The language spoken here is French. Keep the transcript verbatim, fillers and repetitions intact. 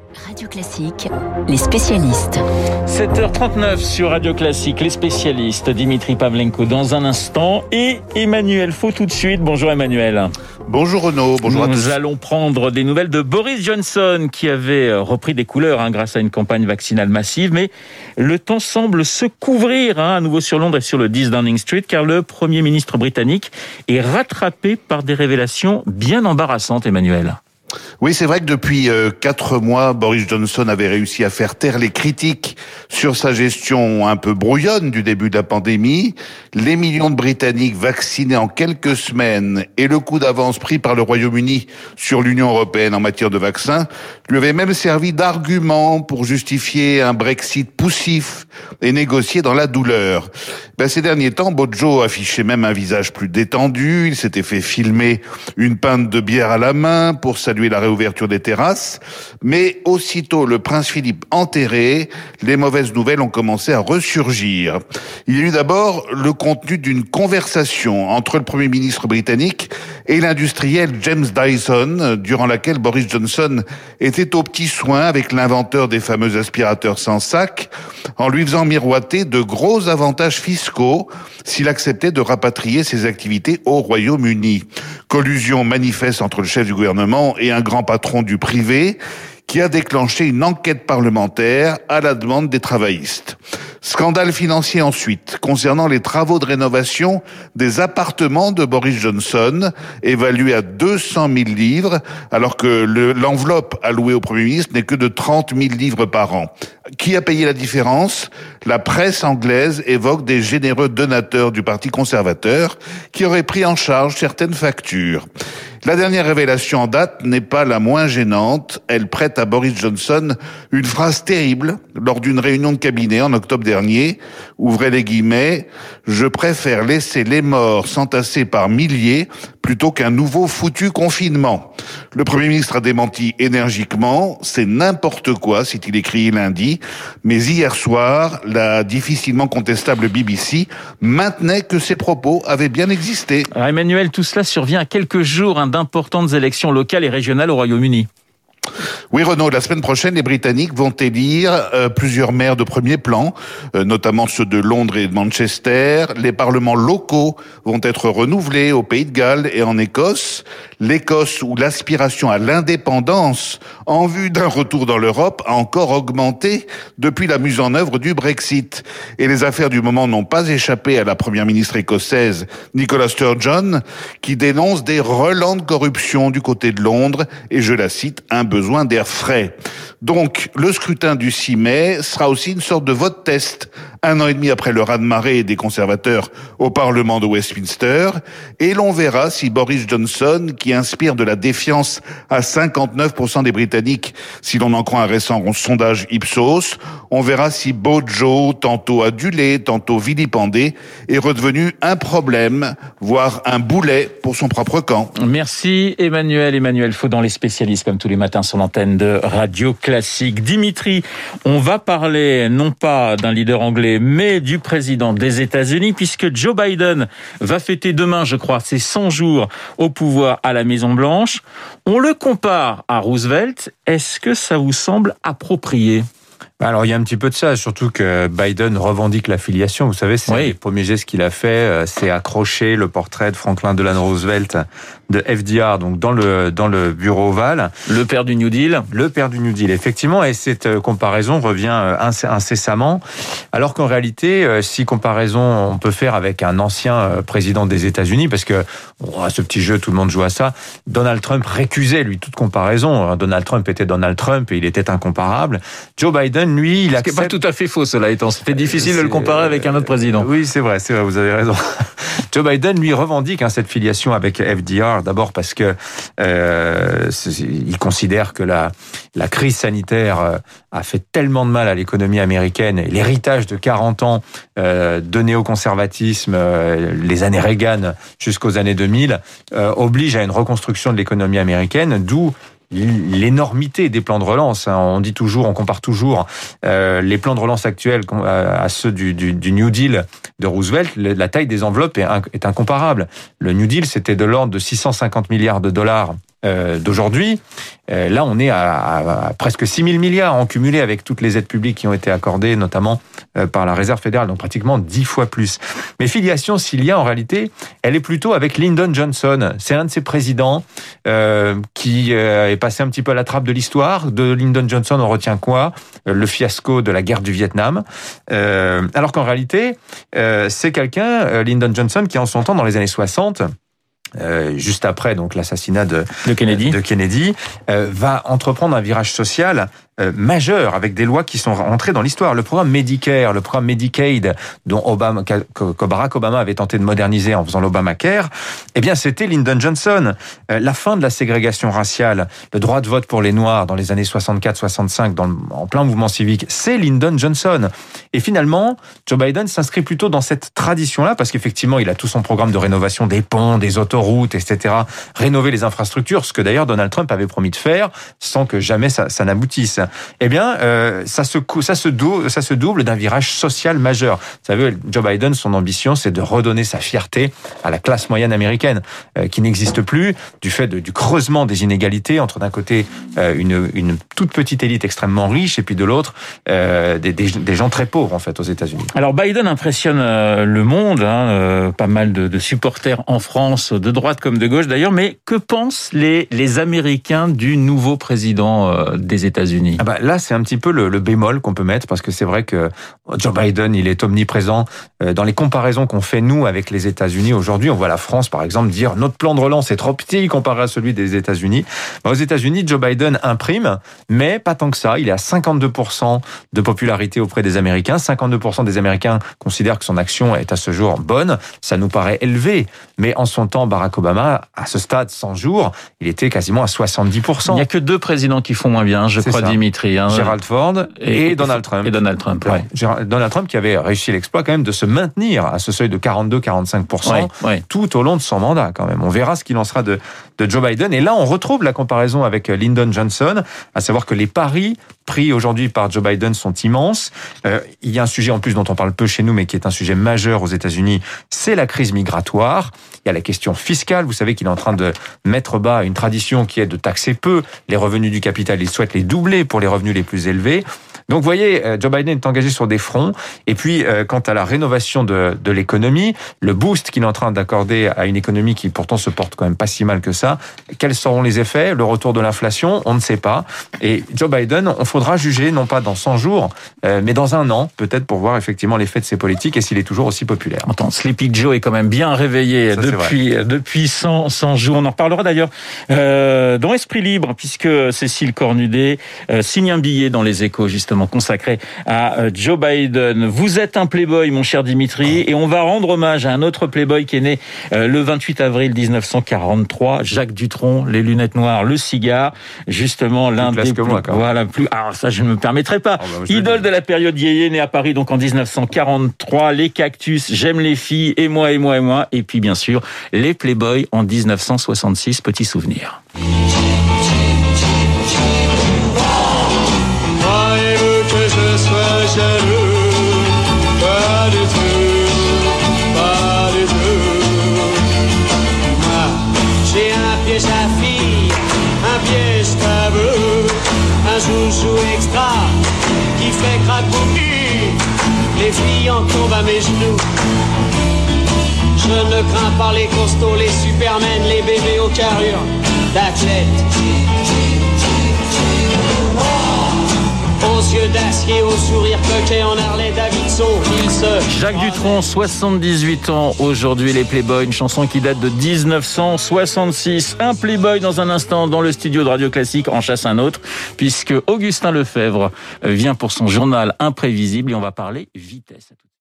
Radio Classique, les spécialistes. sept heures trente-neuf sur Radio Classique, les spécialistes. Dimitri Pavlenko dans un instant et Emmanuel Faux tout de suite. Bonjour Emmanuel. Bonjour Renaud, bonjour Nous à tous. Nous allons prendre des nouvelles de Boris Johnson qui avait repris des couleurs hein, grâce à une campagne vaccinale massive. Mais le temps semble se couvrir hein, à nouveau sur Londres et sur le dix Downing Street car le Premier ministre britannique est rattrapé par des révélations bien embarrassantes, Emmanuel. Oui, c'est vrai que depuis euh, quatre mois, Boris Johnson avait réussi à faire taire les critiques sur sa gestion un peu brouillonne du début de la pandémie. Les millions de Britanniques vaccinés en quelques semaines et le coup d'avance pris par le Royaume-Uni sur l'Union européenne en matière de vaccins lui avaient même servi d'argument pour justifier un Brexit poussif et négocié dans la douleur. Ben, ces derniers temps, Bojo affichait même un visage plus détendu. Il s'était fait filmer une pinte de bière à la main pour saluer la réouverture des terrasses. Mais aussitôt le prince Philippe enterré, les mauvaises nouvelles ont commencé à ressurgir. Il y a eu d'abord le contenu d'une conversation entre le Premier ministre britannique et l'industriel James Dyson, durant laquelle Boris Johnson était aux petits soins avec l'inventeur des fameux aspirateurs sans sac, en lui faisant miroiter de gros avantages fiscaux s'il acceptait de rapatrier ses activités au Royaume-Uni. Collusion manifeste entre le chef du gouvernement et un grand patron du privé qui a déclenché une enquête parlementaire à la demande des travaillistes. Scandale financier ensuite, concernant les travaux de rénovation des appartements de Boris Johnson, évalués à deux cent mille livres, alors que le, l'enveloppe allouée au Premier ministre n'est que de trente mille livres par an. Qui a payé la différence ? La presse anglaise évoque des généreux donateurs du Parti conservateur qui auraient pris en charge certaines factures. La dernière révélation en date n'est pas la moins gênante. Elle prête à Boris Johnson une phrase terrible lors d'une réunion de cabinet en octobre dernier. Ouvrez les guillemets. Je préfère laisser les morts s'entasser par milliers plutôt qu'un nouveau foutu confinement. Le Premier ministre a démenti énergiquement. C'est n'importe quoi, s'est-il écrit lundi. Mais hier soir, la difficilement contestable B B C maintenait que ses propos avaient bien existé. Alors Emmanuel, tout cela survient à quelques jours hein, d'importantes élections locales et régionales au Royaume-Uni. Oui, Renaud, la semaine prochaine, les Britanniques vont élire euh, plusieurs maires de premier plan, euh, notamment ceux de Londres et de Manchester. Les parlements locaux vont être renouvelés au Pays de Galles et en Écosse. L'Écosse, où l'aspiration à l'indépendance en vue d'un retour dans l'Europe a encore augmenté depuis la mise en œuvre du Brexit. Et les affaires du moment n'ont pas échappé à la première ministre écossaise, Nicola Sturgeon, qui dénonce des relents de corruption du côté de Londres et, je la cite, un besoin d'air frais. Donc, le scrutin du six mai sera aussi une sorte de vote test, un an et demi après le raz-de-marée des conservateurs au Parlement de Westminster, et l'on verra si Boris Johnson, qui inspire de la défiance à cinquante-neuf pour cent des Britanniques, si l'on en croit un récent sondage Ipsos, on verra si Bojo, tantôt adulé, tantôt vilipendé, est redevenu un problème, voire un boulet pour son propre camp. Merci Emmanuel. Emmanuel Faux dans les spécialistes, comme tous les matins sur l'antenne de Radio Classique. Dimitri, on va parler non pas d'un leader anglais, mais du président des États-Unis, puisque Joe Biden va fêter demain, je crois, ses cent jours au pouvoir à la Maison-Blanche. On le compare à Roosevelt. Est-ce que ça vous semble approprié ? Alors, il y a un petit peu de ça, surtout que Biden revendique l'affiliation. Vous savez, c'est oui. Le premier geste qu'il a fait, c'est accrocher le portrait de Franklin Delano Roosevelt de F D R, donc dans le dans le bureau ovale. Le père du New Deal. Le père du New Deal, effectivement. Et cette comparaison revient incessamment. Alors qu'en réalité, si comparaison on peut faire avec un ancien président des États-Unis, parce que oh, ce petit jeu, tout le monde joue à ça, Donald Trump récusait, lui, toute comparaison. Donald Trump était Donald Trump et il était incomparable. Joe Biden, lui, il accepte... Ce qui n'est pas tout à fait faux, cela étant. C'était difficile de le comparer avec un autre président. Oui, c'est vrai, c'est vrai, vous avez raison. Joe Biden, lui, revendique hein, cette filiation avec F D R, d'abord parce que euh, il considère que la, la crise sanitaire a fait tellement de mal à l'économie américaine, et l'héritage de quarante ans euh, de néoconservatisme, euh, les années Reagan jusqu'aux années deux mille, euh, oblige à une reconstruction de l'économie américaine, d'où l'énormité des plans de relance. On dit toujours, on compare toujours euh, les plans de relance actuels à ceux du, du, du New Deal de Roosevelt. La taille des enveloppes est, est incomparable. Le New Deal, c'était de l'ordre de six cent cinquante milliards de dollars euh, d'aujourd'hui. Euh, là, on est à, à, à presque six mille milliards en cumulé avec toutes les aides publiques qui ont été accordées, notamment euh, par la Réserve fédérale, donc pratiquement dix fois plus. Mais filiation, s'il y a en réalité, elle est plutôt avec Lyndon Johnson. C'est un de ces présidents euh, qui euh, est passé un petit peu à la trappe de l'histoire. De Lyndon Johnson, on retient quoi ? Le fiasco de la guerre du Vietnam. Euh, alors qu'en réalité, euh, c'est quelqu'un, euh, Lyndon Johnson, qui en son temps, dans les années soixante, Euh, juste après donc l'assassinat de, de Kennedy, de Kennedy euh, va entreprendre un virage social euh, majeur avec des lois qui sont rentrées dans l'histoire. Le programme Medicare, le programme Medicaid, dont Obama, que Barack Obama avait tenté de moderniser en faisant l'Obamacare, eh bien c'était Lyndon Johnson. Euh, la fin de la ségrégation raciale, le droit de vote pour les Noirs dans les années soixante-quatre soixante-cinq, dans le, en plein mouvement civique, c'est Lyndon Johnson. Et finalement, Joe Biden s'inscrit plutôt dans cette tradition-là parce qu'effectivement, il a tout son programme de rénovation des ponts, des autoroutes, et cetera. Rénover les infrastructures, ce que d'ailleurs Donald Trump avait promis de faire, sans que jamais ça, ça n'aboutisse. Eh bien, euh, ça, se, ça, se double, ça se double d'un virage social majeur. Vous savez, Joe Biden, son ambition, c'est de redonner sa fierté à la classe moyenne américaine, euh, qui n'existe plus, du fait de, du creusement des inégalités, entre d'un côté euh, une, une toute petite élite extrêmement riche, et puis de l'autre, euh, des, des, des gens très pauvres, en fait, aux États-Unis. Alors, Biden impressionne euh, le monde, hein, euh, pas mal de, de supporters en France, de droite comme de gauche d'ailleurs, mais que pensent les, les Américains du nouveau président euh, des États-Unis ? Ah bah là, c'est un petit peu le, le bémol qu'on peut mettre, parce que c'est vrai que Joe Biden, il est omniprésent. Euh, dans les comparaisons qu'on fait, nous, avec les États-Unis, aujourd'hui, on voit la France, par exemple, dire « notre plan de relance est trop petit comparé à celui des États-Unis ». Bah, aux États-Unis, Joe Biden imprime, mais pas tant que ça. Il est à cinquante-deux pour cent de popularité auprès des Américains. cinquante-deux pour cent des Américains considèrent que son action est à ce jour bonne. Ça nous paraît élevé, mais en son temps, Barack Obama, à ce stade, cent jours, il était quasiment à soixante-dix pour cent. Il n'y a que deux présidents qui font moins bien, je c'est crois, ça. Dimitri. Hein. Gerald Ford et, et Donald Trump. Et Donald Trump, ouais. ouais. Donald Trump qui avait réussi l'exploit quand même de se maintenir à ce seuil de quarante-deux à quarante-cinq pour cent ouais, ouais. tout au long de son mandat quand même. On verra ce qu'il en sera de, de Joe Biden. Et là, on retrouve la comparaison avec Lyndon Johnson, à savoir que les paris pris aujourd'hui par Joe Biden sont immenses. Euh, il y a un sujet en plus dont on parle peu chez nous, mais qui est un sujet majeur aux États-Unis, c'est la crise migratoire. Il y a la question fiscale. Vous savez qu'il est en train de mettre bas une tradition qui est de taxer peu les revenus du capital. Il souhaite les doubler pour les revenus les plus élevés. Donc, vous voyez, Joe Biden est engagé sur des fronts. Et puis, euh, quant à la rénovation de, de l'économie, le boost qu'il est en train d'accorder à une économie qui pourtant se porte quand même pas si mal que ça, quels seront les effets? Le retour de l'inflation, on ne sait pas. Et Joe Biden, on faudra juger, non pas dans cent jours, euh, mais dans un an, peut-être pour voir effectivement l'effet de ses politiques et s'il est toujours aussi populaire. Attends, Sleepy Joe est quand même bien réveillé ça, depuis, depuis cent, cent jours. On en reparlera d'ailleurs euh, dans Esprit Libre, puisque Cécile Cornudet euh, signe un billet dans les Échos, justement, consacré à Joe Biden. Vous êtes un playboy, mon cher Dimitri, et on va rendre hommage à un autre playboy qui est né euh, le vingt-huit avril dix-neuf cent quarante-trois, Jacques Dutronc, les lunettes noires, le cigare, justement l'un des plus, moi, voilà, plus, alors ça je ne me permettrai pas, oh, bah, idole de la période yéyé, né à Paris donc en dix-neuf cent quarante-trois, les cactus, j'aime les filles, et moi, et moi, et moi, et puis bien sûr, les playboys en dix-neuf cent soixante-six, petit souvenir. Jaloux, pas du tout, pas du tout. Moi, j'ai un piège à fille, un piège tabou, un joujou extra qui fait craquer. Les filles en tombent à mes genoux. Je ne crains pas les costauds, les supermen, les bébés aux carrures d'athlètes. Aux yeux d'acier, au sourire coquet, en Harley Davidson, il se... Jacques Dutronc, soixante-dix-huit ans aujourd'hui, les Playboys, une chanson qui date de dix-neuf cent soixante-six. Un Playboy dans un instant dans le studio de Radio Classique en chasse un autre, puisque Augustin Lefebvre vient pour son journal imprévisible et on va parler vitesse.